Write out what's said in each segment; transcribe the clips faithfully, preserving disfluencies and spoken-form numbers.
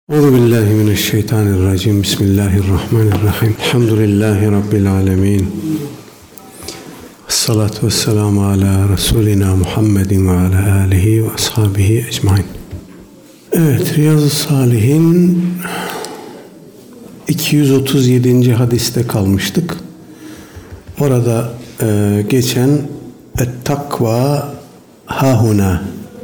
Euzubillahimineşşeytanirracim. Bismillahirrahmanirrahim. Elhamdülillahi Rabbil alemin. Esselatu vesselamu ala Resulina Muhammedin ve ala alihi ve ashabihi ecmain. Evet, Riyazu Salihin iki yüz otuz yedinci hadiste kalmıştık. Orada e, geçen et-takva hahuna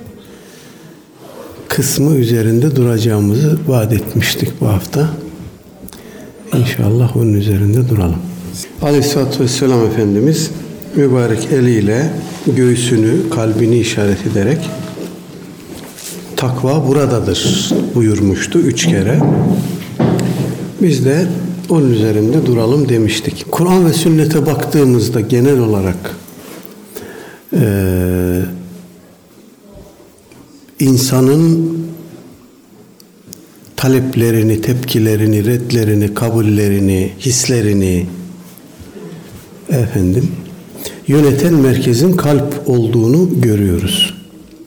kısmı üzerinde duracağımızı vaat etmiştik bu hafta. İnşallah onun üzerinde duralım. Aleyhisselatü Vesselam Efendimiz mübarek eliyle göğsünü, kalbini işaret ederek takva buradadır buyurmuştu üç kere. Biz de onun üzerinde duralım demiştik. Kur'an ve sünnete baktığımızda genel olarak eee İnsanın taleplerini, tepkilerini, redlerini, kabullerini, hislerini efendim yöneten merkezin kalp olduğunu görüyoruz.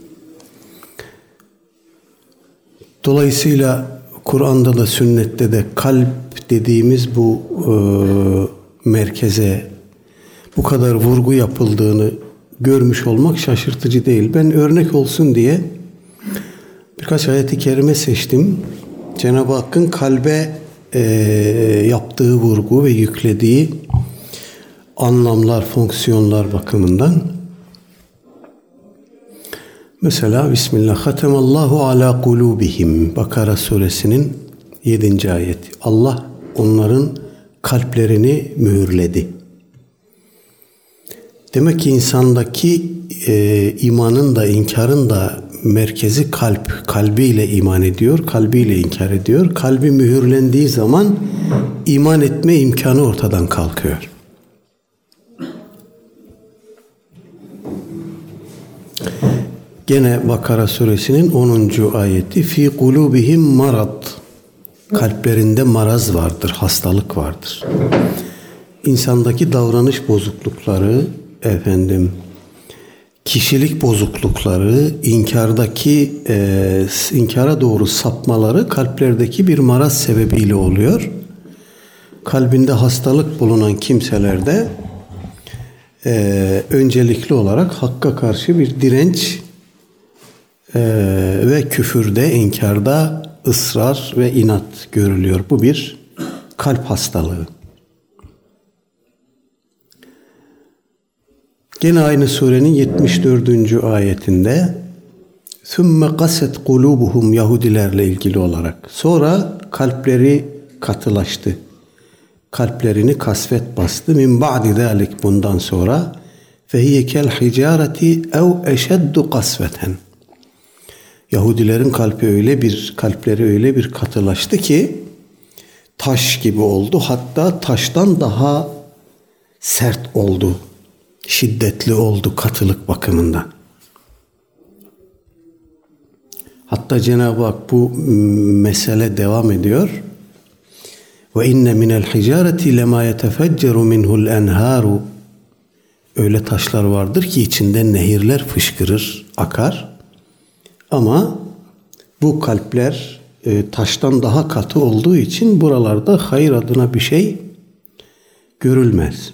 Dolayısıyla Kur'an'da da sünnette de kalp dediğimiz bu e, merkeze bu kadar vurgu yapıldığını görmüş olmak şaşırtıcı değil. Ben örnek olsun diye birkaç ayet-i kerime seçtim. Cenab-ı Hakk'ın kalbe e, yaptığı vurgu ve yüklediği anlamlar, fonksiyonlar bakımından. Mesela Bismillah. Hatemallahu ala kulubihim. Bakara suresinin yedinci ayeti. Allah onların kalplerini mühürledi. Demek ki insandaki e, imanın da inkarın da merkezi kalp, kalbiyle iman ediyor, kalbiyle inkar ediyor. Kalbi mühürlendiği zaman iman etme imkanı ortadan kalkıyor. Gene Bakara suresinin onuncu ayeti. Fi kulubihim marad. Kalplerinde maraz vardır, hastalık vardır. İnsandaki davranış bozuklukları, efendim, kişilik bozuklukları, inkardaki e, inkara doğru sapmaları kalplerdeki bir maraz sebebiyle oluyor. Kalbinde hastalık bulunan kimselerde e, öncelikli olarak hakka karşı bir direnç e, ve küfürde, inkarda ısrar ve inat görülüyor. Bu bir kalp hastalığı. Gene aynı surenin yetmiş dördüncü ayetinde ثُمَّ قَسَتْ قُلُوبُهُمْ Yahudilerle ilgili olarak. Sonra kalpleri katılaştı. Kalplerini kasvet bastı. مِنْ بَعْدِ ذَٰلِكَ Bundan sonra فَهِيَ كَالْحِجَارَةِ اَوْ اَشَدُّ قَسْوَةً Yahudilerin kalbi öyle bir, kalpleri öyle bir katılaştı ki taş gibi oldu. Hatta taştan daha sert oldu. Şiddetli oldu katılık bakımından. Hatta Cenab-ı Hak bu mesele devam ediyor. Ve inne minel hicareti lema yetefecceru minhul enharu. Öyle taşlar vardır ki içinden nehirler fışkırır, akar. Ama bu kalpler e, taştan daha katı olduğu için buralarda hayır adına bir şey görülmez.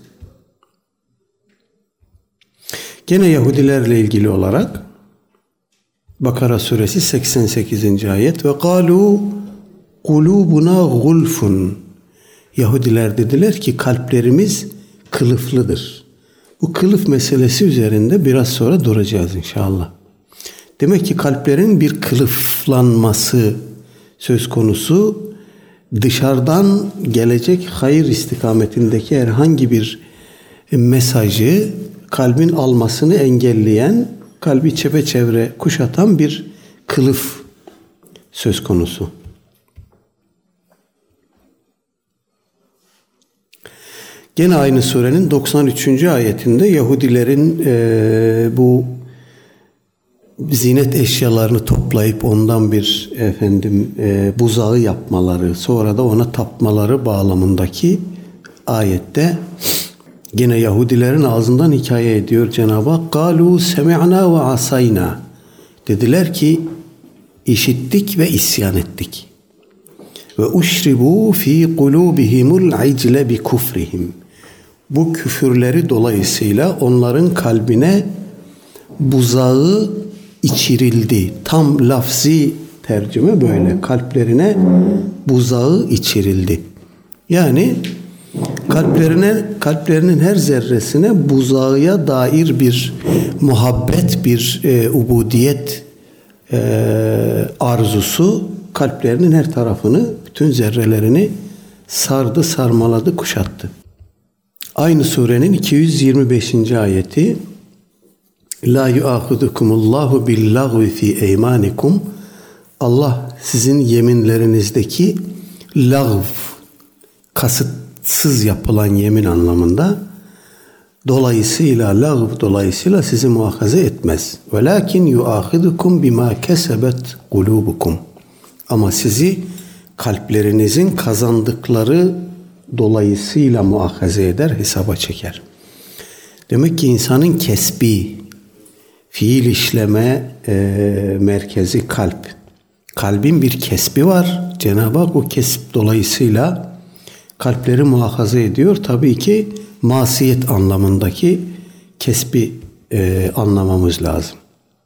Gene Yahudilerle ilgili olarak Bakara suresi seksen sekizinci ayet ve قَالُوا قُلُوبُنَا غُلْفٌ Yahudiler dediler ki kalplerimiz kılıflıdır. Bu kılıf meselesi üzerinde biraz sonra duracağız inşallah. Demek ki kalplerin bir kılıflanması söz konusu, dışarıdan gelecek hayır istikametindeki herhangi bir mesajı kalbin almasını engelleyen, kalbi çepeçevre kuşatan bir kılıf söz konusu. Gene aynı surenin doksan üçüncü ayetinde Yahudilerin e, bu zinet eşyalarını toplayıp ondan bir efendim e, buzağı yapmaları, sonra da ona tapmaları bağlamındaki ayette gene Yahudilerin ağzından hikaye ediyor Cenab-ı Hak. قَالُوا سَمِعْنَا وَعَصَيْنَا Dediler ki işittik ve isyan ettik. Ve uşribu fi kulubihimul icle bi kufrihim. Bu küfürleri dolayısıyla onların kalbine buzağı içirildi. Tam lafzi tercüme böyle. Kalplerine buzağı içirildi. Yani kalplerine, kalplerinin her zerresine buzağıya dair bir muhabbet, bir e, ubudiyet e, arzusu kalplerinin her tarafını, bütün zerrelerini sardı, sarmaladı, kuşattı. Aynı surenin iki yüz yirmi beşinci ayeti: La yuahidukumullahu billagvi fi eymanikum. Allah sizin yeminlerinizdeki lagv, kasıtsız yapılan yemin anlamında, dolayısıyla lagv dolayısıyla sizi muahaze etmez. Velakin yuahidukum bima kesebet kulubukum. Ama sizi kalplerinizin kazandıkları dolayısıyla muahaze eder, hesaba çeker. Demek ki insanın kesbi, fiil işleme e, merkezi kalp. Kalbin bir kesbi var. Cenab-ı Hak o kesip dolayısıyla kalpleri muhafaza ediyor. Tabii ki masiyet anlamındaki kesbi e, anlamamız lazım.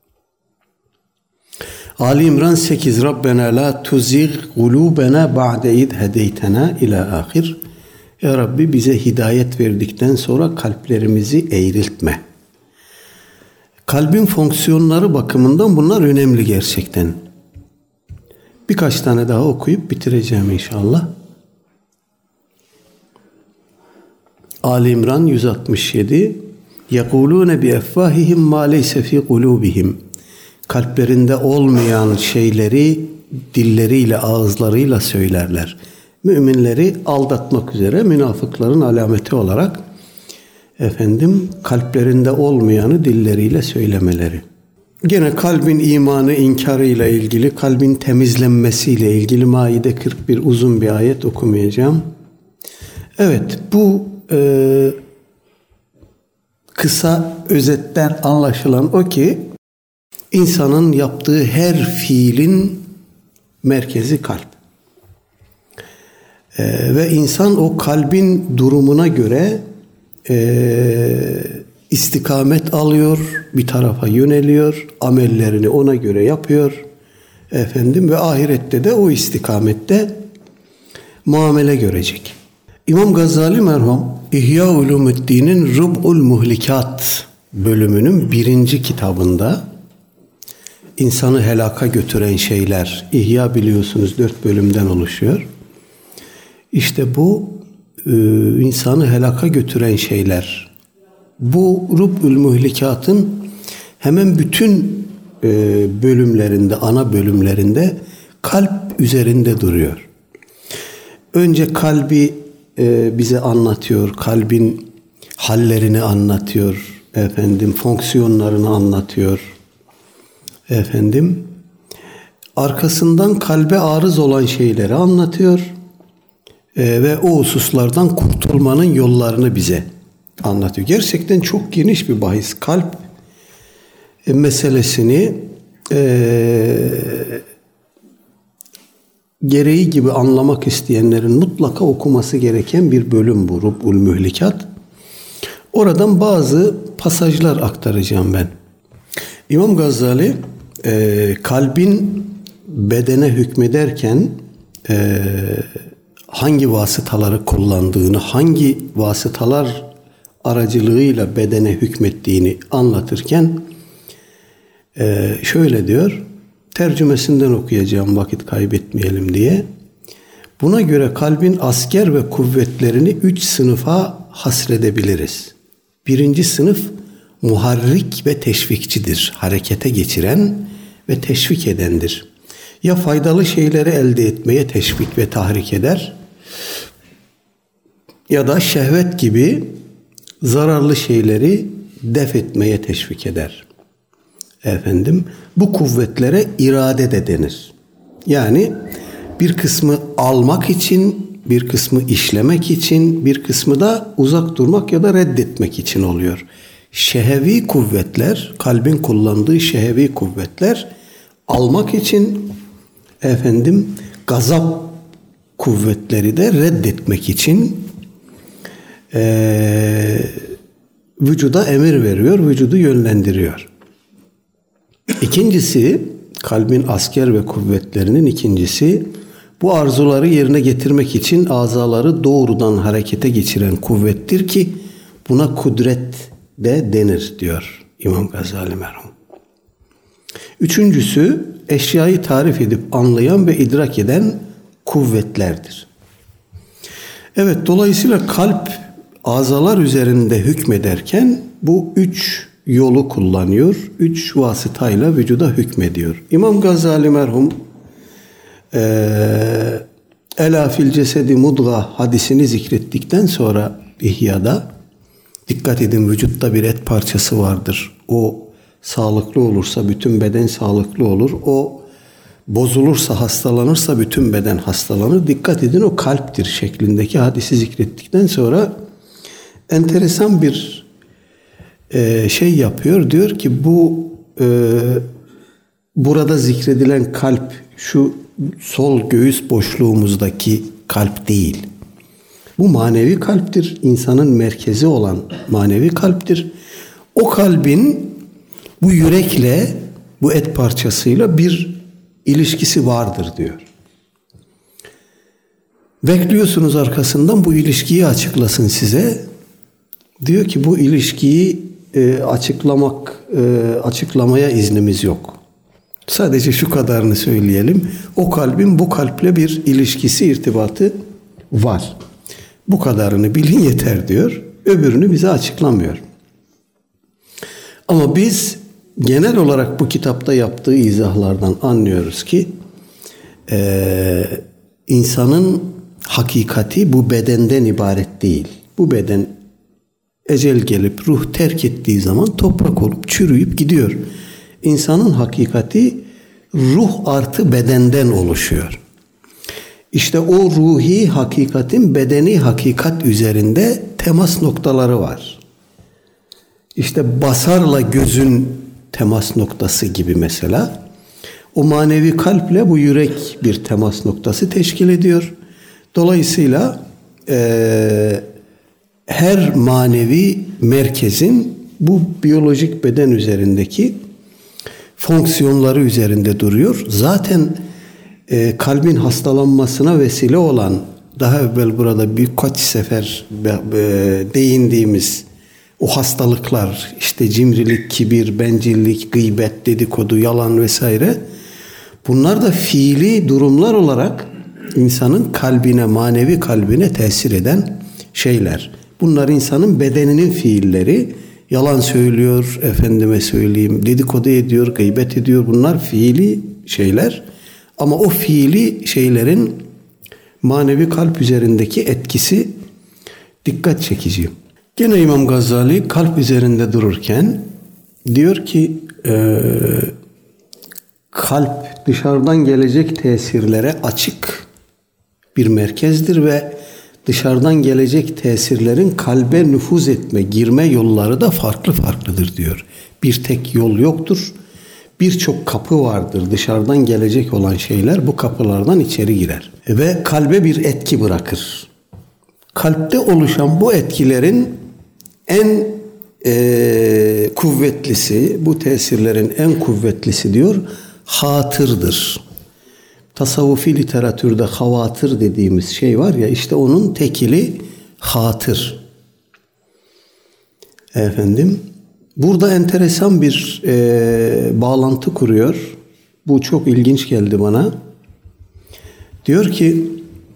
Ali İmran sekiz. Rabbena la tuzigh kulubena ba'de id hedeytena ila ahir. Ya Rabbi, bize hidayet verdikten sonra kalplerimizi eğriltme. Kalbin fonksiyonları bakımından bunlar önemli gerçekten. Birkaç tane daha okuyup bitireceğim inşallah. Ali İmran yüz altmış yedi. يَقُولُونَ بِاَفْوَاهِهِمْ مَا لَيْسَ فِي قُلُوبِهِمْ. Kalplerinde olmayan şeyleri dilleriyle, ağızlarıyla söylerler. Müminleri aldatmak üzere, münafıkların alameti olarak efendim kalplerinde olmayanı dilleriyle söylemeleri. Gene kalbin imanı inkarıyla ilgili, kalbin temizlenmesiyle ilgili Maide kırk bir uzun bir ayet okumayacağım. Evet, bu e, kısa özetten anlaşılan o ki insanın yaptığı her fiilin merkezi kalp. E, ve insan o kalbin durumuna göre e, istikamet alıyor, bir tarafa yöneliyor, amellerini ona göre yapıyor efendim ve ahirette de o istikamette muamele görecek. İmam Gazali merhum İhya Ulumuddin'in Rub'ul Muhlikat bölümünün birinci kitabında insanı helaka götüren şeyler, İhya biliyorsunuz dört bölümden oluşuyor. İşte bu e, insanı helaka götüren şeyler. Bu Rub'ul Muhlikat'ın hemen bütün e, bölümlerinde, ana bölümlerinde kalp üzerinde duruyor. Önce kalbi e, bize anlatıyor, kalbin hallerini anlatıyor, efendim fonksiyonlarını anlatıyor, efendim arkasından kalbe arız olan şeyleri anlatıyor e, ve o hususlardan kurtulmanın yollarını bize anlatıyor. Gerçekten çok geniş bir bahis. Kalp e, meselesini e, gereği gibi anlamak isteyenlerin mutlaka okuması gereken bir bölüm bu Rub'ul Muhlikat. Oradan bazı pasajlar aktaracağım ben. İmam Gazali e, kalbin bedene hükmederken e, hangi vasıtaları kullandığını, hangi vasıtalar aracılığıyla bedene hükmettiğini anlatırken e, şöyle diyor, tercümesinden okuyacağım vakit kaybetmeyelim diye. Buna göre kalbin asker ve kuvvetlerini üç sınıfa hasredebiliriz. Birinci sınıf muharrik ve teşvikçidir. Harekete geçiren ve teşvik edendir. Ya faydalı şeyleri elde etmeye teşvik ve tahrik eder ya da şehvet gibi zararlı şeyleri def etmeye teşvik eder. Efendim, bu kuvvetlere irade de denir. Yani bir kısmı almak için, bir kısmı işlemek için, bir kısmı da uzak durmak ya da reddetmek için oluyor. Şehevi kuvvetler, kalbin kullandığı şehevi kuvvetler almak için, efendim gazap kuvvetleri de reddetmek için e, vücuda emir veriyor, vücudu yönlendiriyor. İkincisi, kalbin asker ve kuvvetlerinin ikincisi, bu arzuları yerine getirmek için azaları doğrudan harekete geçiren kuvvettir ki buna kudret de denir diyor İmam Gazali merhum. Üçüncüsü, eşyayı tarif edip anlayan ve idrak eden kuvvetlerdir. Evet, dolayısıyla kalp azalar üzerinde hükmederken bu üç yolu kullanıyor. Üç vasıtayla vücuda hükmediyor. İmam Gazali merhum Ee, Ela fil cesedi mudga hadisini zikrettikten sonra İhya'da, dikkat edin, vücutta bir et parçası vardır. O sağlıklı olursa bütün beden sağlıklı olur. O bozulursa, hastalanırsa bütün beden hastalanır. Dikkat edin, o kalptir şeklindeki hadisi zikrettikten sonra enteresan bir e, şey yapıyor. Diyor ki bu e, burada zikredilen kalp şu sol göğüs boşluğumuzdaki kalp değil. Bu manevi kalptir. İnsanın merkezi olan manevi kalptir. O kalbin bu yürekle, bu et parçasıyla bir ilişkisi vardır diyor. Bekliyorsunuz arkasından bu ilişkiyi açıklasın size. Diyor ki bu ilişkiyi e, açıklamak, e, açıklamaya iznimiz yok. Sadece şu kadarını söyleyelim. O kalbin bu kalple bir ilişkisi, irtibatı var. Bu kadarını bilin yeter diyor. Öbürünü bize açıklamıyor. Ama biz genel olarak bu kitapta yaptığı izahlardan anlıyoruz ki e, insanın hakikati bu bedenden ibaret değil. Bu beden ecel gelip ruh terk ettiği zaman toprak olup çürüyüp gidiyor. İnsanın hakikati ruh artı bedenden oluşuyor. İşte o ruhi hakikatin bedeni hakikat üzerinde temas noktaları var. İşte basarla gözün temas noktası gibi mesela. O manevi kalple bu yürek bir temas noktası teşkil ediyor. Dolayısıyla e, her manevi merkezin bu biyolojik beden üzerindeki fonksiyonları üzerinde duruyor. Zaten e, kalbin hastalanmasına vesile olan, daha evvel burada birkaç sefer e, değindiğimiz o hastalıklar, işte cimrilik, kibir, bencillik, gıybet, dedikodu, yalan vesaire, bunlar da fiili durumlar olarak insanın kalbine, manevi kalbine tesir eden şeyler. Bunlar insanın bedeninin fiilleri. Yalan söylüyor, efendime söyleyeyim, dedikodu ediyor, gıybet ediyor. Bunlar fiili şeyler. Ama o fiili şeylerin manevi kalp üzerindeki etkisi dikkat çekici. Gene İmam Gazali kalp üzerinde dururken diyor ki e, kalp dışarıdan gelecek tesirlere açık bir merkezdir ve dışarıdan gelecek tesirlerin kalbe nüfuz etme, girme yolları da farklı farklıdır diyor. Bir tek yol yoktur. Birçok kapı vardır. Dışarıdan gelecek olan şeyler bu kapılardan içeri girer. Ve kalbe bir etki bırakır. Kalpte oluşan bu etkilerin en e, kuvvetlisi, bu tesirlerin en kuvvetlisi diyor, hatırdır. Tasavvufi literatürde havatır dediğimiz şey var ya, işte onun tekili hatır. Efendim, burada enteresan bir e, bağlantı kuruyor. Bu çok ilginç geldi bana. Diyor ki,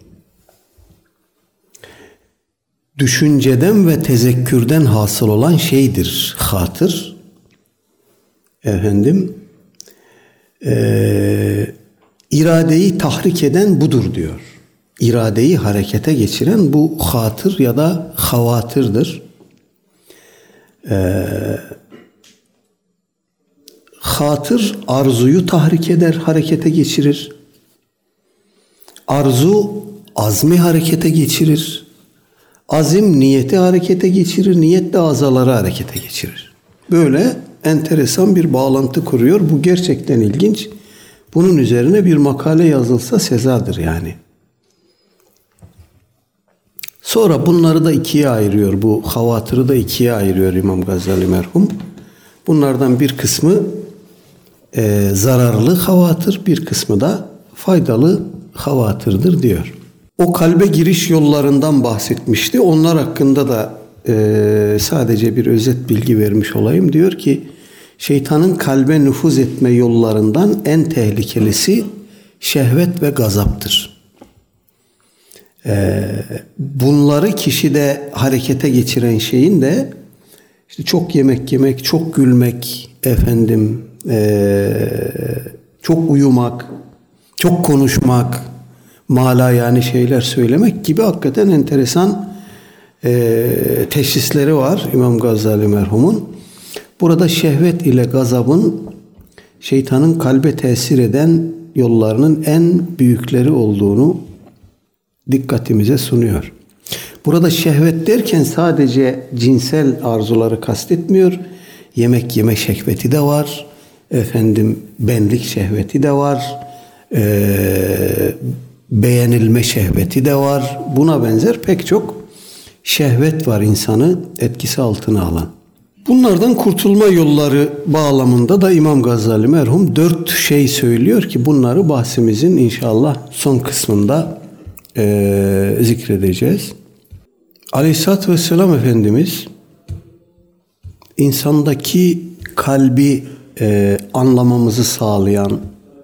düşünceden ve tezekkürden hasıl olan şeydir hatır. Efendim, eee İradeyi tahrik eden budur diyor. İradeyi harekete geçiren bu hatır ya da havatırdır. Ee, hatır arzuyu tahrik eder, harekete geçirir. Arzu azmi harekete geçirir. Azim niyeti harekete geçirir. Niyet de azaları harekete geçirir. Böyle enteresan bir bağlantı kuruyor. Bu gerçekten ilginç. Bunun üzerine bir makale yazılsa sezadır yani. Sonra bunları da ikiye ayırıyor. Bu havatırı da ikiye ayırıyor İmam Gazali merhum. Bunlardan bir kısmı e, zararlı havatır, bir kısmı da faydalı havatırdır diyor. O kalbe giriş yollarından bahsetmişti. Onlar hakkında da e, sadece bir özet bilgi vermiş olayım. Diyor ki şeytanın kalbe nüfuz etme yollarından en tehlikelisi şehvet ve gazaptır. E, bunları kişide harekete geçiren şeyin de işte çok yemek yemek, çok gülmek, efendim e, çok uyumak, çok konuşmak, mala yani şeyler söylemek gibi hakikaten enteresan e, teşhisleri var İmam Gazali merhumun. Burada şehvet ile gazabın şeytanın kalbe tesir eden yollarının en büyükleri olduğunu dikkatimize sunuyor. Burada şehvet derken sadece cinsel arzuları kastetmiyor. Yemek yeme şehveti de var. Efendim benlik şehveti de var. Ee, beğenilme şehveti de var. Buna benzer pek çok şehvet var insanı etkisi altına alan. Bunlardan kurtulma yolları bağlamında da İmam Gazali merhum dört şey söylüyor ki bunları bahsimizin inşallah son kısmında e, zikredeceğiz. Aleyhisselatü Vesselam Efendimiz insandaki kalbi e, anlamamızı sağlayan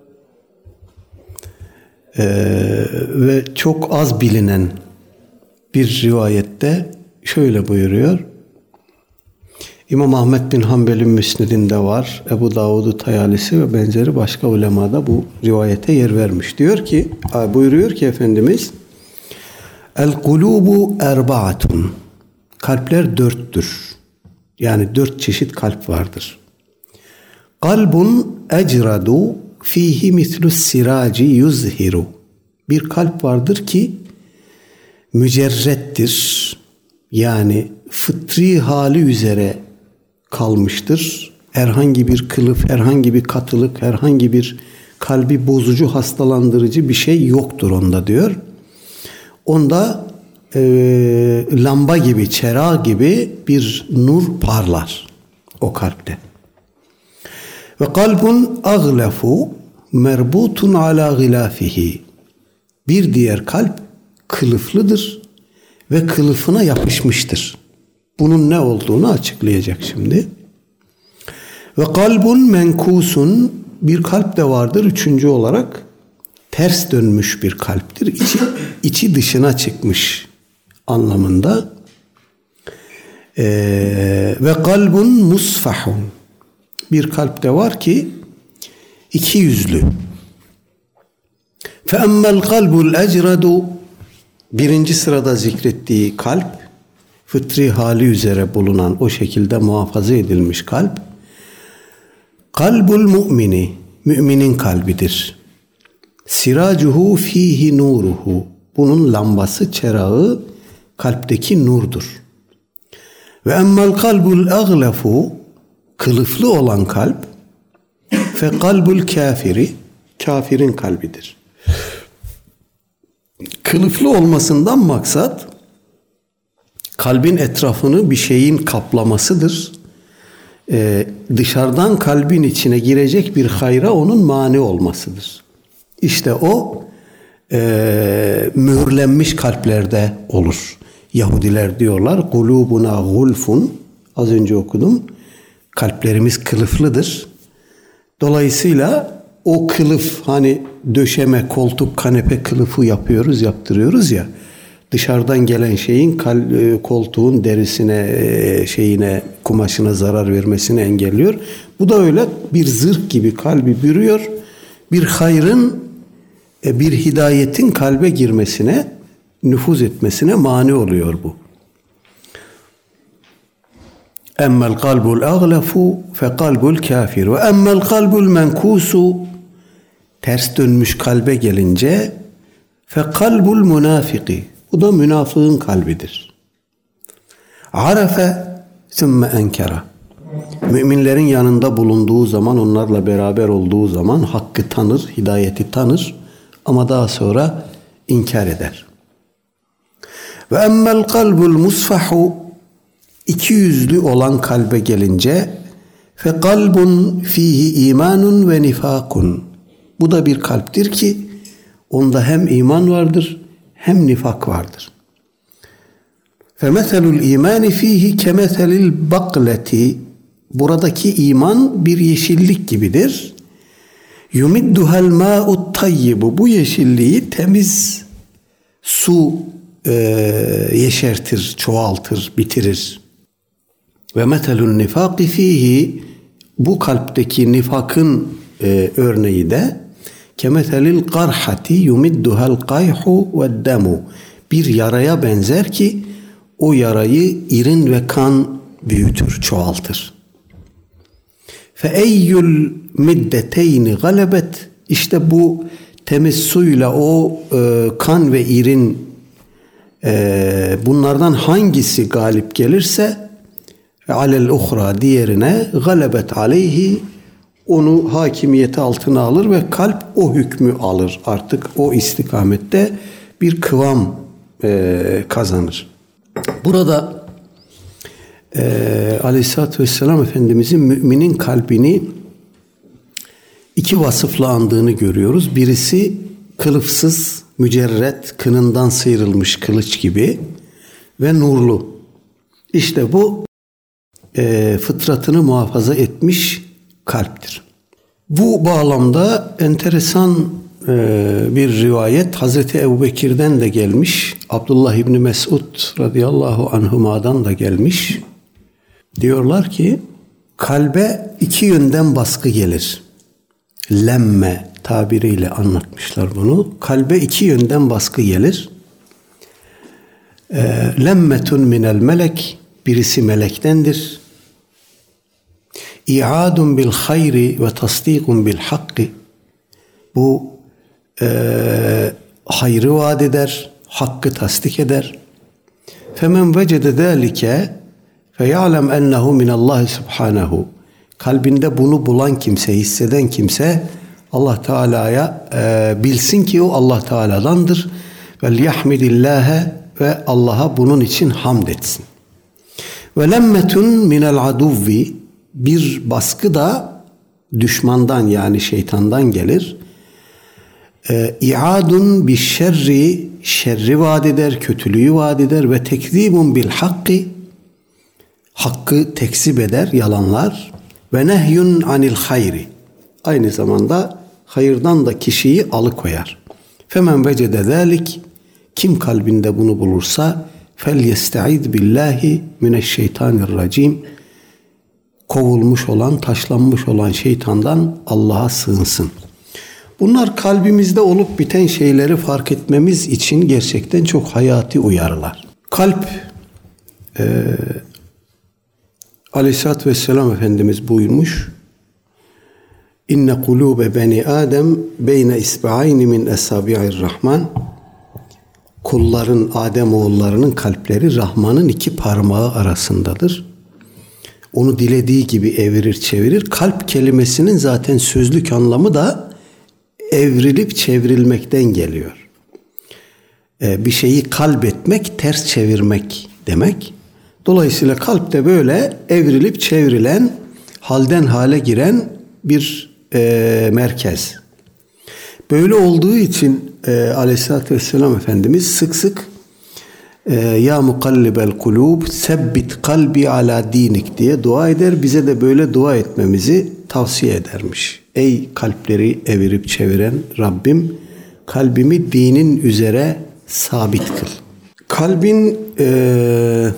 e, ve çok az bilinen bir rivayette şöyle buyuruyor. İmam Ahmed bin Hanbel'in Müsned'inde var. Ebu Davud-u Tayalisi ve benzeri başka ulemada bu rivayete yer vermiş. Diyor ki, buyuruyor ki Efendimiz El-kulubu erbaatun. Kalpler dörttür. Yani dört çeşit kalp vardır. Kalbun ecradu fihi mislus siraci yuzhiru. Bir kalp vardır ki mücerrettir. Yani fıtri hali üzere kalmıştır. Herhangi bir kılıf, herhangi bir katılık, herhangi bir kalbi bozucu, hastalandırıcı bir şey yoktur onda diyor. Onda e, lamba gibi, çera gibi bir nur parlar o kalpte. Ve kalbun aglefu merbutun ala gilafihi. Bir diğer kalp kılıflıdır ve kılıfına yapışmıştır. Bunun ne olduğunu açıklayacak şimdi. Ve kalbun menkusun, bir kalp de vardır üçüncü olarak. Ters dönmüş bir kalptir. İçi, içi dışına çıkmış anlamında. Ee, ve kalbun musfahun. Bir kalp de var ki iki yüzlü. Fe emmel kalbul ecradu, birinci sırada zikrettiği kalp, fıtri hali üzere bulunan, o şekilde muhafaza edilmiş kalp, kalbul mu'mini, müminin kalbidir. Siracuhu fihi nuruhu, bunun lambası, çerağı kalpteki nurdur. Ve emmel kalbul aglefu, kılıflı olan kalp, fe kalbul kafiri, kafirin kalbidir. Kılıflı olmasından maksat kalbin etrafını bir şeyin kaplamasıdır. Ee, dışarıdan kalbin içine girecek bir hayra onun mani olmasıdır. İşte o e, mühürlenmiş kalplerde olur. Yahudiler diyorlar kulubuna gulfun, az önce okudum, kalplerimiz kılıflıdır. Dolayısıyla o kılıf, hani döşeme, koltuk, kanepe kılıfı yapıyoruz, yaptırıyoruz ya, dışarıdan gelen şeyin koltuğun derisine, şeyine, kumaşına zarar vermesini engelliyor. Bu da öyle bir zırh gibi kalbi bürüyor. Bir hayrın, bir hidayetin kalbe girmesine, nüfuz etmesine mani oluyor bu. Emmel kalbul aglefu fe kalbul kafir ve emmel kalbul menkusu, ters dönmüş kalbe gelince fe kalbul münafiki, bu da münafığın kalbidir. Arafe sümme enkara, müminlerin yanında bulunduğu zaman, onlarla beraber olduğu zaman hakkı tanır, hidayeti tanır ama daha sonra inkar eder. Ve emmel kalbul musfahu, iki yüzlü olan kalbe gelince, fe kalbun fihi imanun ve nifakun. Bu da bir kalptir ki onda hem iman vardır hem nifak vardır. Fe meselul imani fihi kemeselil bakleti. Buradaki iman bir yeşillik gibidir. Yumidduhal ma'ut tayyibu. Bu yeşilliği temiz su e, yeşertir, çoğaltır, bitirir. Ve meselun nifaki fihi, bu kalpteki nifakın e, örneği de kemeselil qarhati yumidduhal qayhu ve demu. Bir yaraya benzer ki o yarayı irin ve kan büyütür, çoğaltır. Fe eyyül middeteyni galebet. İşte bu temiz suyla o e, kan ve irin e, bunlardan hangisi galip gelirse alel uhra, diğerine galebet aleyhi, onu hakimiyeti altına alır ve kalp o hükmü alır. Artık o istikamette bir kıvam e, kazanır. Burada e, Aleyhisselatü Vesselam Efendimizin müminin kalbini iki vasıfla andığını görüyoruz. Birisi kılıfsız, mücerret, kınından sıyrılmış kılıç gibi ve nurlu. İşte bu e, fıtratını muhafaza etmiş kalptir. Bu bağlamda enteresan e, bir rivayet Hazreti Ebubekir'den de gelmiş, Abdullah İbni Mesud radıyallahu anhuma'dan da gelmiş. Diyorlar ki kalbe iki yönden baskı gelir. Lemme tabiriyle anlatmışlar bunu. Kalbe iki yönden baskı gelir. E, lemmetun minel melek, birisi melektendir. İ'adun bil hayri ve tasdikun bil hakkı. Bu e, hayrı vaat eder, hakkı tasdik eder. Femen vecede zâlike feya'lem ennehu minallahi subhanehu. Kalbinde bunu bulan kimse, hisseden kimse Allah Teala'ya e, bilsin ki o Allah Teala'dandır. Vel yahmidillâhe, ve Allah'a bunun için hamd etsin. Ve lemmetun minel aduvvi, bir baskı da düşmandan, yani şeytandan gelir. E, İadun bi şerri, şerri vaat eder, kötülüğü vaat eder ve tekzibun bil hakkı, hakkı tekzip eder, yalanlar. Ve nehyun anil hayri, aynı zamanda hayırdan da kişiyi alıkoyar. Femen vecede zâlik, kim kalbinde bunu bulursa fel yesta'id billahi mineşşeytanirracim, kovulmuş olan, taşlanmış olan şeytandan Allah'a sığınsın. Bunlar kalbimizde olup biten şeyleri fark etmemiz için gerçekten çok hayati uyarılar. Kalp, e, Aleyhisselatü Vesselam Efendimiz buyurmuş, İnne kulûbe beni Adem beyne isba'ayni min esabi'ir rahman. Kulların, Adem oğullarının kalpleri Rahman'ın iki parmağı arasındadır. Onu dilediği gibi evirir çevirir. Kalp kelimesinin zaten sözlük anlamı da evrilip çevrilmekten geliyor. Ee, bir şeyi kalbetmek, ters çevirmek demek. Dolayısıyla kalp de böyle evrilip çevrilen, halden hale giren bir e, merkez. Böyle olduğu için e, Aleyhisselatü Vesselam Efendimiz sık sık e, ya mukallibel kulub sebbit kalbi ala dinik diye dua eder. Bize de böyle dua etmemizi tavsiye edermiş. Ey kalpleri evirip çeviren Rabbim, kalbimi dinin üzere sabit kıl. Kalbin e,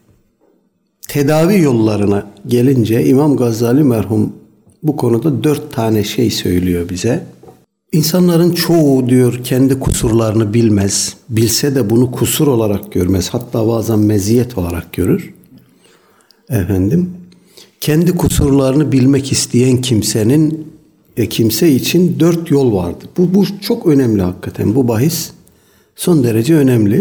tedavi yollarına gelince İmam Gazali merhum bu konuda dört tane şey söylüyor bize. İnsanların çoğu diyor kendi kusurlarını bilmez. Bilse de bunu kusur olarak görmez. Hatta bazen meziyet olarak görür. Efendim, kendi kusurlarını bilmek isteyen kimsenin e, kimse için dört yol vardır. Bu, bu çok önemli hakikaten. Bu bahis son derece önemli.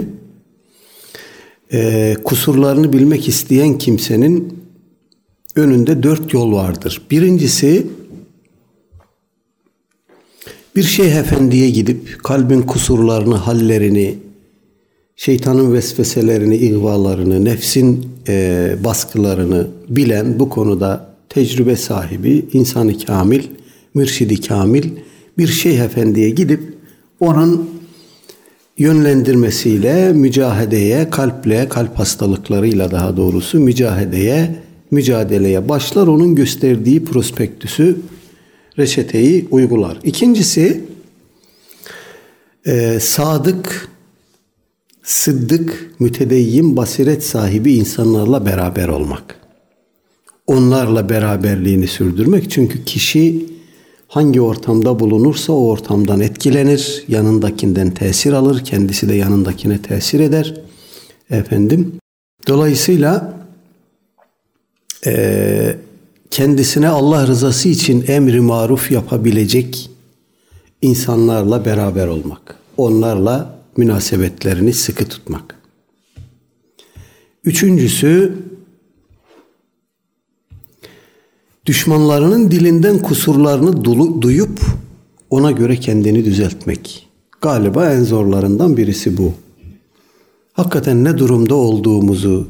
E, kusurlarını bilmek isteyen kimsenin önünde dört yol vardır. Birincisi, bir şeyh efendiye gidip kalbin kusurlarını, hallerini şeytanın vesveselerini, ihvalarını, nefsin e, baskılarını bilen, bu konuda tecrübe sahibi, insan-ı kamil, mürşid-i kamil bir şeyh efendiye gidip onun yönlendirmesiyle mücahedeye, kalple, kalp hastalıklarıyla daha doğrusu mücahedeye, mücadeleye başlar. Onun gösterdiği prospektüsü, reçeteyi uygular. İkincisi, e, sadık, sıddık, mütedeyyin, basiret sahibi insanlarla beraber olmak. Onlarla beraberliğini sürdürmek. Çünkü kişi hangi ortamda bulunursa o ortamdan etkilenir, yanındakinden tesir alır, kendisi de yanındakine tesir eder. Efendim, dolayısıyla e, kendisine Allah rızası için emri maruf yapabilecek insanlarla beraber olmak. Onlarla münasebetlerini sıkı tutmak. Üçüncüsü, düşmanlarının dilinden kusurlarını duyup ona göre kendini düzeltmek. Galiba en zorlarından birisi bu. Hakikaten ne durumda olduğumuzu,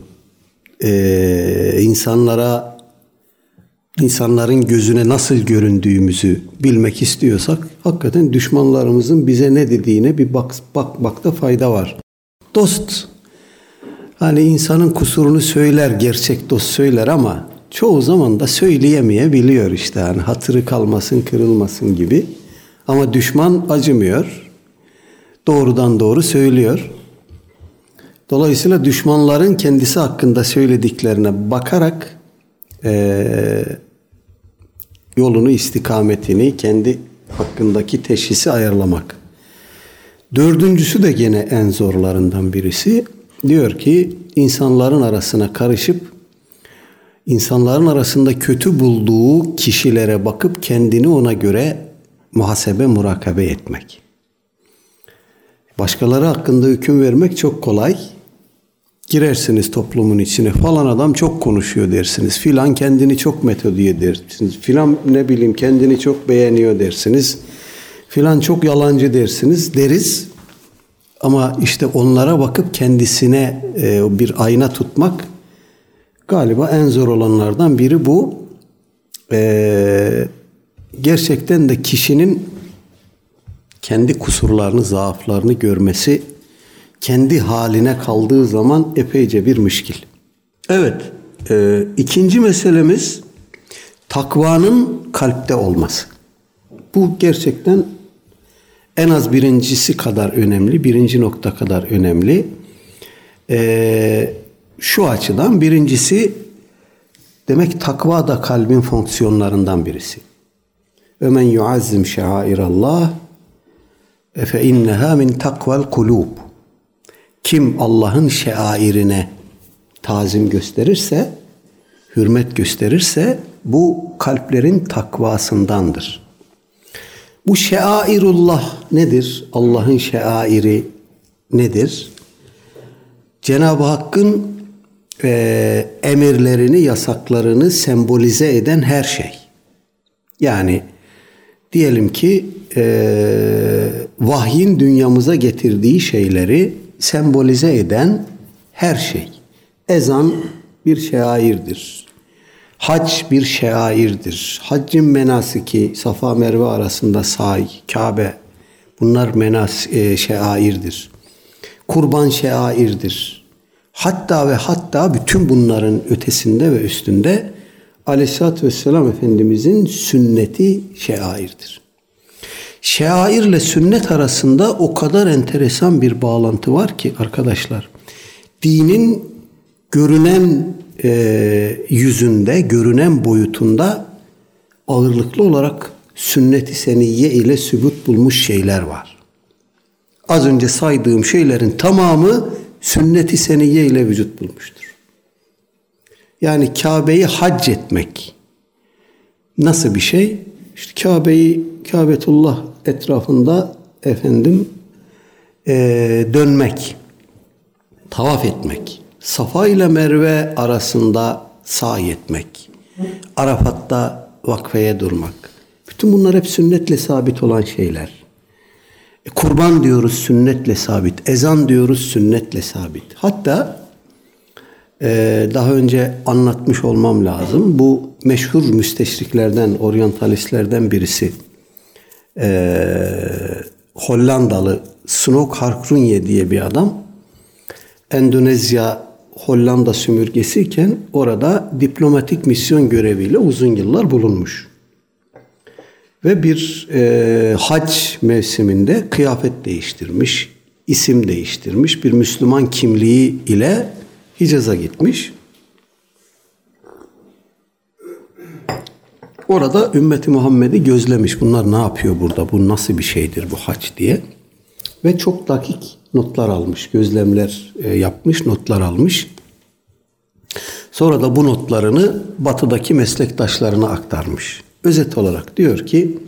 e, insanlara, insanların gözüne nasıl göründüğümüzü bilmek istiyorsak, hakikaten düşmanlarımızın bize ne dediğine bir bak, bak, bakta fayda var. Dost, hani insanın kusurunu söyler, gerçek dost söyler ama çoğu zaman da söyleyemeyebiliyor işte. Yani hatırı kalmasın, kırılmasın gibi. Ama düşman acımıyor. Doğrudan doğru söylüyor. Dolayısıyla düşmanların kendisi hakkında söylediklerine bakarak e, yolunu, istikametini, kendi hakkındaki teşhisi ayarlamak. Dördüncüsü de gene en zorlarından birisi. Diyor ki, insanların arasına karışıp İnsanların arasında kötü bulduğu kişilere bakıp kendini ona göre muhasebe, murakabe etmek. Başkaları hakkında hüküm vermek çok kolay. Girersiniz toplumun içine, falan adam çok konuşuyor dersiniz. Filan kendini çok methodiye dersiniz. Filan ne bileyim kendini çok beğeniyor dersiniz. Filan çok yalancı dersiniz deriz. Ama işte onlara bakıp kendisine bir ayna tutmak galiba en zor olanlardan biri bu. Ee, gerçekten de kişinin kendi kusurlarını, zaaflarını görmesi, kendi haline kaldığı zaman epeyce bir müşkil. Evet, e, ikinci meselemiz takvanın kalpte olması. Bu gerçekten en az birincisi kadar önemli, birinci nokta kadar önemli. Eee Şu açıdan, birincisi, demek takva da kalbin fonksiyonlarından birisi. Ve men yuazzim şairallah fe inneha min takval kulub. Kim Allah'ın şairine tazim gösterirse, hürmet gösterirse, bu kalplerin takvasındandır. Bu şairullah nedir? Allah'ın şairi nedir? Cenab-ı Hakk'ın e, emirlerini, yasaklarını sembolize eden her şey. Yani diyelim ki e, vahyin dünyamıza getirdiği şeyleri sembolize eden her şey. Ezan bir şairdir. Hac bir şairdir. Haccın menasiki, Safa Merve arasında sa'i, Kabe, bunlar menas e, şairdir. Kurban şairdir. Hatta ve hatta bütün bunların ötesinde ve üstünde Aleyhisselatü Vesselam Efendimizin sünneti şairdir. Şairle sünnet arasında o kadar enteresan bir bağlantı var ki arkadaşlar. Dinin görünen e, yüzünde, görünen boyutunda ağırlıklı olarak sünnet-i seniyye ile sübut bulmuş şeyler var. Az önce saydığım şeylerin tamamı sünnet-i seniyye ile vücut bulmuştur. Yani Kabe'yi hac etmek nasıl bir şey? İşte Kabe'yi, Kâbetullah etrafında efendim e, dönmek, tavaf etmek, Safa ile Merve arasında sa'i etmek, Arafat'ta vakfeye durmak. Bütün bunlar hep sünnetle sabit olan şeyler. Kurban diyoruz sünnetle sabit. Ezan diyoruz sünnetle sabit. Hatta e, daha önce anlatmış olmam lazım. Bu meşhur müsteşriklerden, oryantalistlerden birisi e, Hollandalı Snoek Harkrunje diye bir adam. Endonezya Hollanda sömürgesiyken orada diplomatik misyon göreviyle uzun yıllar bulunmuş. Ve bir e, hac mevsiminde kıyafet değiştirmiş, isim değiştirmiş, bir Müslüman kimliği ile Hicaz'a gitmiş. Orada ümmeti Muhammed'i gözlemiş. Bunlar ne yapıyor burada? Bu nasıl bir şeydir bu hac diye. Ve çok dakik notlar almış, gözlemler e, yapmış, notlar almış. Sonra da bu notlarını batıdaki meslektaşlarına aktarmış. Özet olarak diyor ki,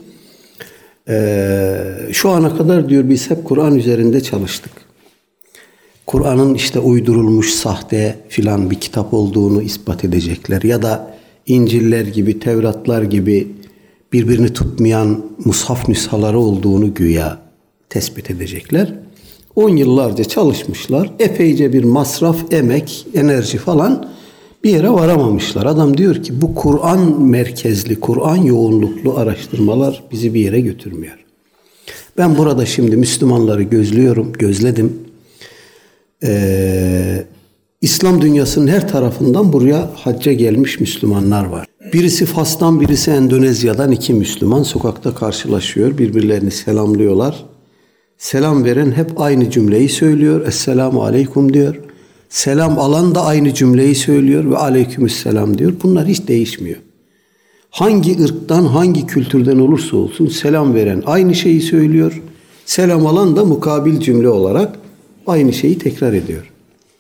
e, şu ana kadar diyor biz hep Kur'an üzerinde çalıştık. Kur'an'ın işte uydurulmuş, sahte filan bir kitap olduğunu ispat edecekler. Ya da İncil'ler gibi, Tevratlar gibi birbirini tutmayan mushaf nüshaları olduğunu güya tespit edecekler. On yıllarca çalışmışlar. Epeyce bir masraf, emek, enerji falan bir yere varamamışlar. Adam diyor ki bu Kur'an merkezli, Kur'an yoğunluklu araştırmalar bizi bir yere götürmüyor. Ben burada şimdi Müslümanları gözlüyorum, gözledim. Ee, İslam dünyasının her tarafından buraya hacca gelmiş Müslümanlar var. Birisi Fas'tan, birisi Endonezya'dan iki Müslüman sokakta karşılaşıyor. Birbirlerini selamlıyorlar. Selam veren hep aynı cümleyi söylüyor. Esselamu aleyküm diyor. Selam alan da aynı cümleyi söylüyor ve aleykümselam diyor. Bunlar hiç değişmiyor. Hangi ırktan, hangi kültürden olursa olsun selam veren aynı şeyi söylüyor. Selam alan da mukabil cümle olarak aynı şeyi tekrar ediyor.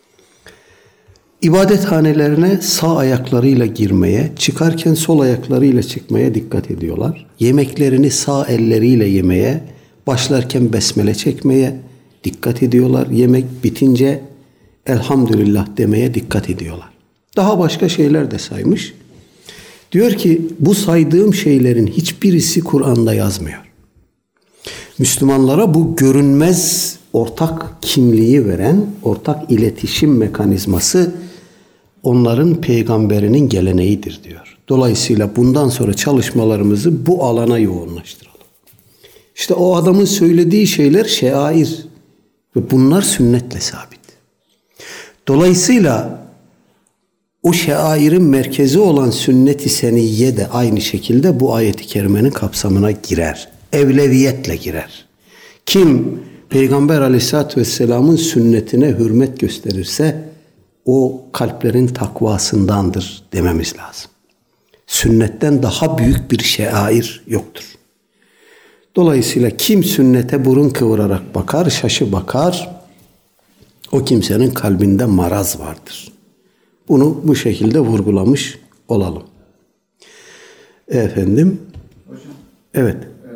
İbadethanelerine sağ ayaklarıyla girmeye, çıkarken sol ayaklarıyla çıkmaya dikkat ediyorlar. Yemeklerini sağ elleriyle yemeye, başlarken besmele çekmeye dikkat ediyorlar. Yemek bitince elhamdülillah demeye dikkat ediyorlar. Daha başka şeyler de saymış. Diyor ki bu saydığım şeylerin hiçbirisi Kur'an'da yazmıyor. Müslümanlara bu görünmez ortak kimliği veren, ortak iletişim mekanizması onların peygamberinin geleneğidir diyor. Dolayısıyla bundan sonra çalışmalarımızı bu alana yoğunlaştıralım. İşte o adamın söylediği şeyler şeair ve bunlar sünnetle sabit. Dolayısıyla o şairin merkezi olan sünnet-i seniyye de aynı şekilde bu ayet-i kerimenin kapsamına girer. Evleviyetle girer. Kim Peygamber Aleyhisselatü Vesselam'ın sünnetine hürmet gösterirse o kalplerin takvasındandır dememiz lazım. Sünnetten daha büyük bir şair yoktur. Dolayısıyla kim sünnete burun kıvırarak bakar, şaşı bakar, o kimsenin kalbinde maraz vardır. Bunu bu şekilde vurgulamış olalım. Efendim? Hocam. Evet. E,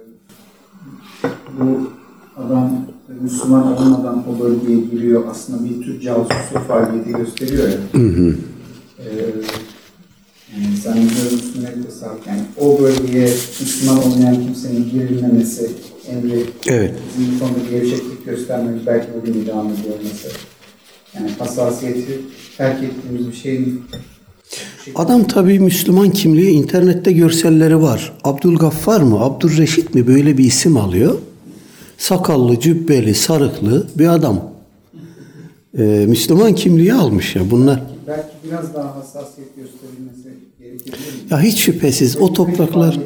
bu adam Müslüman olmadan o bölgeye giriyor. Aslında bir tür casusluk faaliyeti gösteriyor ya. Hı hı. E, yani zannediyorum sünnetle sabit. Yani o bölgeye Müslüman olmayan kimsenin girilmemesi emri. Evet. Bizim bu konuda gevşeklik göstermemiz belki bugün devam ediyor mesela. Yani hassasiyeti terk ettiğimiz bir şey mi? Adam tabii Müslüman kimliği, internette görselleri var. Abdülgaffar mı, Abdülreşit mi böyle bir isim alıyor. Sakallı, cübbeli, sarıklı bir adam. Ee, Müslüman kimliği almış ya bunlar. Belki biraz daha hassasiyet gösterilmesi gerekebilir mi? Ya hiç şüphesiz o topraklar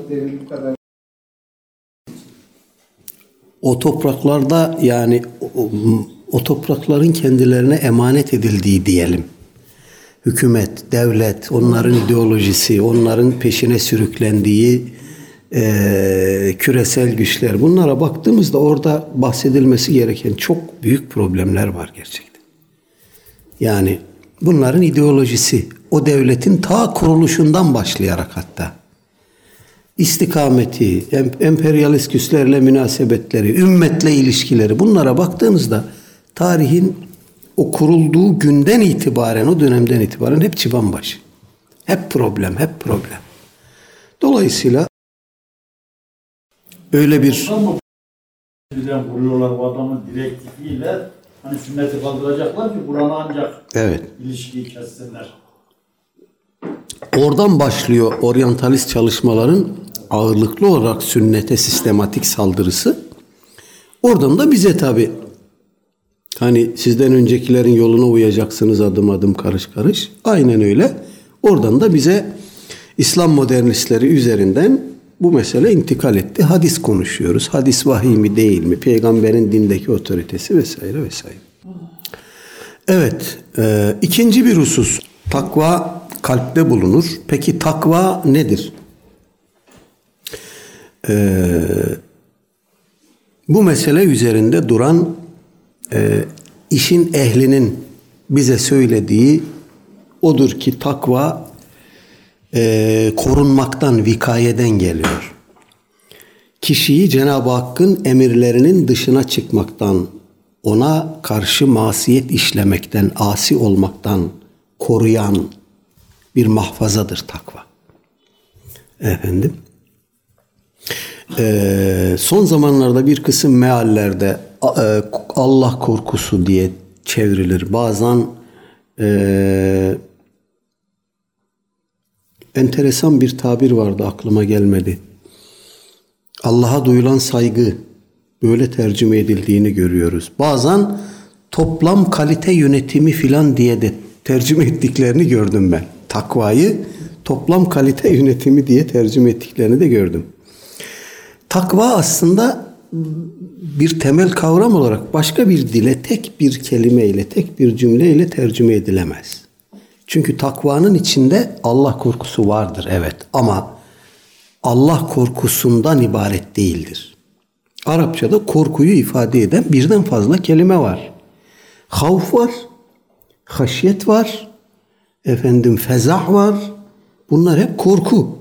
o topraklarda yani o, o toprakların kendilerine emanet edildiği diyelim. Hükümet, devlet, onların ideolojisi, onların peşine sürüklendiği e, küresel güçler. Bunlara baktığımızda orada bahsedilmesi gereken çok büyük problemler var gerçekten. Yani bunların ideolojisi, o devletin ta kuruluşundan başlayarak hatta istikameti, emperyalist güçlerle münasebetleri, ümmetle ilişkileri, bunlara baktığınızda tarihin o kurulduğu günden itibaren, o dönemden itibaren hep çıbanbaşı. Hep problem, hep problem. Dolayısıyla öyle bir Birden vuruyorlar bu adamın direktifiyle. Hani sünneti kaldıracaklar ki Kur'an'a ancak evet. ilişkiyi kessinler. Oradan başlıyor oryantalist çalışmaların ağırlıklı olarak sünnete sistematik saldırısı. Oradan da bize tabii hani sizden öncekilerin yoluna uyacaksınız adım adım karış karış. Aynen öyle. Oradan da bize İslam modernistleri üzerinden bu mesele intikal etti. Hadis konuşuyoruz. Hadis vahiy mi değil mi? Peygamberin dindeki otoritesi vesaire vesaire. Evet. E, ikinci bir husus. Takva kalpte bulunur. Peki takva nedir? E, bu mesele üzerinde duran e, işin ehlinin bize söylediği odur ki takva e, korunmaktan, vikayeden geliyor. Kişiyi Cenab-ı Hakk'ın emirlerinin dışına çıkmaktan, ona karşı masiyet işlemekten, asi olmaktan koruyan bir mahfazadır takva. Efendim. Ee, son zamanlarda bir kısım meallerde e, Allah korkusu diye çevrilir. Bazen e, enteresan bir tabir vardı, aklıma gelmedi. Allah'a duyulan saygı, böyle tercüme edildiğini görüyoruz. Bazen toplam kalite yönetimi filan diye de tercüme ettiklerini gördüm ben. Takvayı toplam kalite yönetimi diye tercüme ettiklerini de gördüm. Takva aslında bir temel kavram olarak başka bir dile tek bir kelimeyle, tek bir cümleyle tercüme edilemez. Çünkü takvanın içinde Allah korkusu vardır, evet, ama Allah korkusundan ibaret değildir. Arapçada korkuyu ifade eden birden fazla kelime var. Havf var, haşyet var, efendim fezah var. Bunlar hep korku.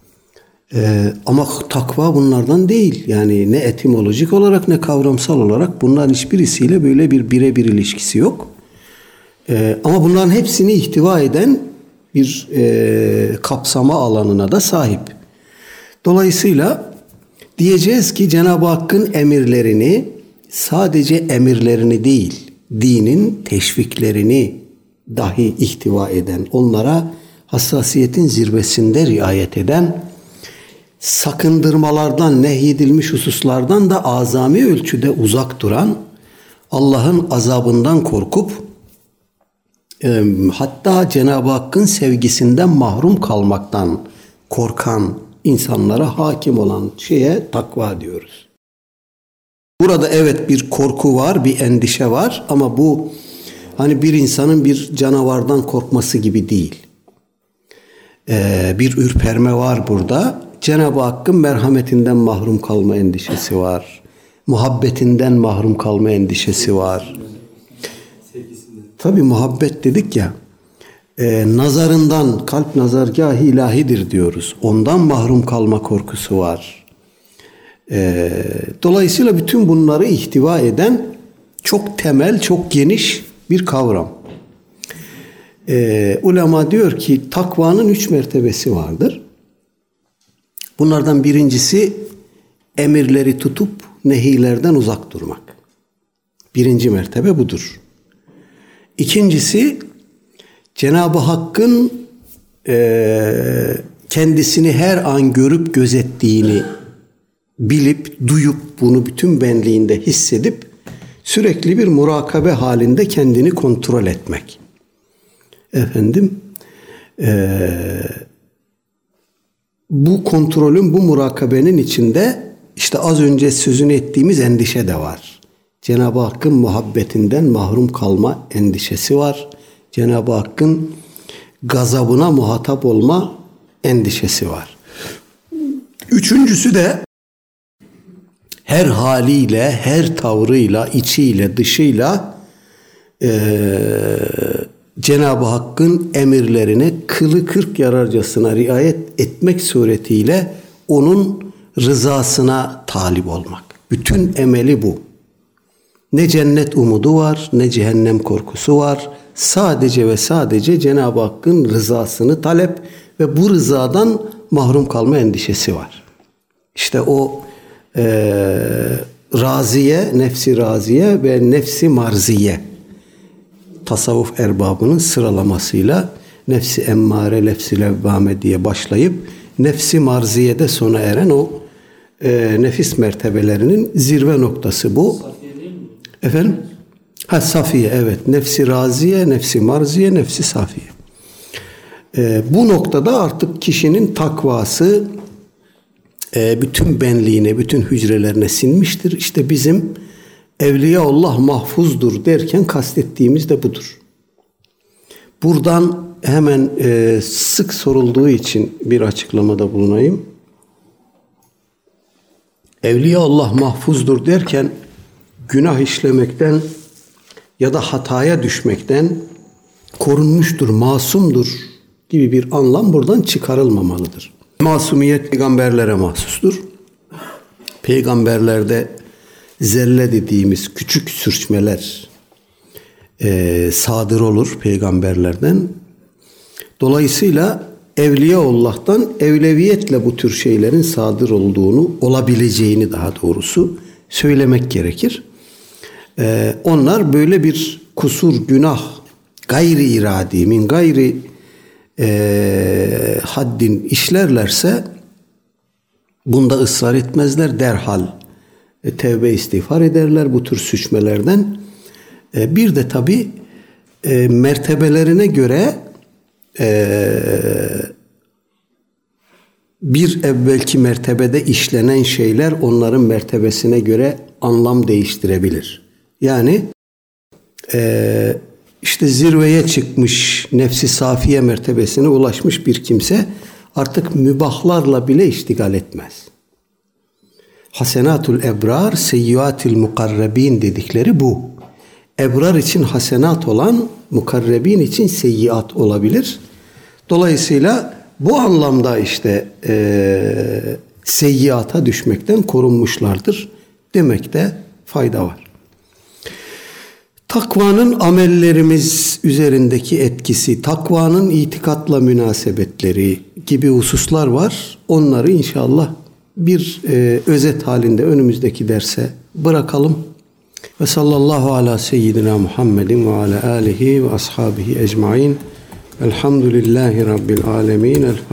Ee, ama takva bunlardan değil. Yani ne etimolojik olarak ne kavramsal olarak bunların hiçbirisiyle böyle bir birebir ilişkisi yok. Ee, ama bunların hepsini ihtiva eden bir e, kapsama alanına da sahip. Dolayısıyla diyeceğiz ki Cenab-ı Hakk'ın emirlerini, sadece emirlerini değil, dinin teşviklerini dahi ihtiva eden, onlara hassasiyetin zirvesinde riayet eden, sakındırmalardan, nehyedilmiş hususlardan da azami ölçüde uzak duran, Allah'ın azabından korkup e, hatta Cenab-ı Hakk'ın sevgisinden mahrum kalmaktan korkan insanlara hakim olan şeye takva diyoruz. Burada evet bir korku var, bir endişe var ama bu hani bir insanın bir canavardan korkması gibi değil. Ee, bir ürperme var burada. Cenab-ı Hakk'ın merhametinden mahrum kalma endişesi var. Muhabbetinden mahrum kalma endişesi var. Tabii muhabbet dedik ya, e, nazarından, kalp nazargâh-ı ilahidir diyoruz. Ondan mahrum kalma korkusu var. E, dolayısıyla bütün bunları ihtiva eden çok temel, çok geniş bir kavram. E, ulema diyor ki takvanın üç mertebesi vardır. Bunlardan birincisi emirleri tutup nehilerden uzak durmak. Birinci mertebe budur. İkincisi Cenab-ı Hakk'ın e, kendisini her an görüp gözettiğini bilip, duyup, bunu bütün benliğinde hissedip sürekli bir murakabe halinde kendini kontrol etmek. Efendim, e, bu kontrolün, bu murakabenin içinde işte az önce sözünü ettiğimiz endişe de var. Cenab-ı Hakk'ın muhabbetinden mahrum kalma endişesi var. Cenab-ı Hakk'ın gazabına muhatap olma endişesi var. Üçüncüsü de her haliyle, her tavrıyla, içiyle, dışıyla e, Cenab-ı Hakk'ın emirlerine kılı kırk yararcasına riayet etmek suretiyle onun rızasına talip olmak. Bütün emeli bu. Ne cennet umudu var, ne cehennem korkusu var. Sadece ve sadece Cenab-ı Hakk'ın rızasını talep ve bu rızadan mahrum kalma endişesi var. İşte o e, raziye, nefsi raziye ve nefsi marziye. Tasavvuf erbabının sıralamasıyla nefsi emmare, nefsi levvame diye başlayıp nefsi marziyede sona eren o e, nefis mertebelerinin zirve noktası bu. Efendim? Ha, safiye, evet. Nefsi raziye, nefsi marziye, nefsi safiye. E, bu noktada artık kişinin takvası e, bütün benliğine, bütün hücrelerine sinmiştir. İşte bizim Evliyaullah mahfuzdur derken kastettiğimiz de budur. Buradan hemen e, sık sorulduğu için bir açıklamada bulunayım. Evliyaullah mahfuzdur derken günah işlemekten ya da hataya düşmekten korunmuştur, masumdur gibi bir anlam buradan çıkarılmamalıdır. Masumiyet peygamberlere mahsustur. Peygamberlerde zelle dediğimiz küçük sürçmeler e, sadır olur peygamberlerden. Dolayısıyla Evliyaullah'tan evleviyetle bu tür şeylerin sadır olduğunu, olabileceğini daha doğrusu söylemek gerekir. E, onlar böyle bir kusur, günah, gayri iradi, min gayri e, haddin işlerlerse bunda ısrar etmezler, derhal e, tevbe istiğfar ederler bu tür suçmelerden. E, bir de tabii e, mertebelerine göre e, bir evvelki mertebede işlenen şeyler onların mertebesine göre anlam değiştirebilir. Yani e, işte zirveye çıkmış, nefsi safiye mertebesine ulaşmış bir kimse artık mübahlarla bile iştigal etmez. Hasenatul ebrar, seyyiatil mukarrebin dedikleri bu. Ebrar için hasenat olan, mukarrebin için seyyiat olabilir. Dolayısıyla bu anlamda işte e, seyyiata düşmekten korunmuşlardır demekte fayda var. Takvanın amellerimiz üzerindeki etkisi, takvanın itikatla münasebetleri gibi hususlar var. Onları inşallah bir e, özet halinde önümüzdeki derse bırakalım. Ve sallallahu ala seyyidina Muhammedin ve ala alihi ve ashabihi ecmain. Elhamdülillahi Rabbil alemin.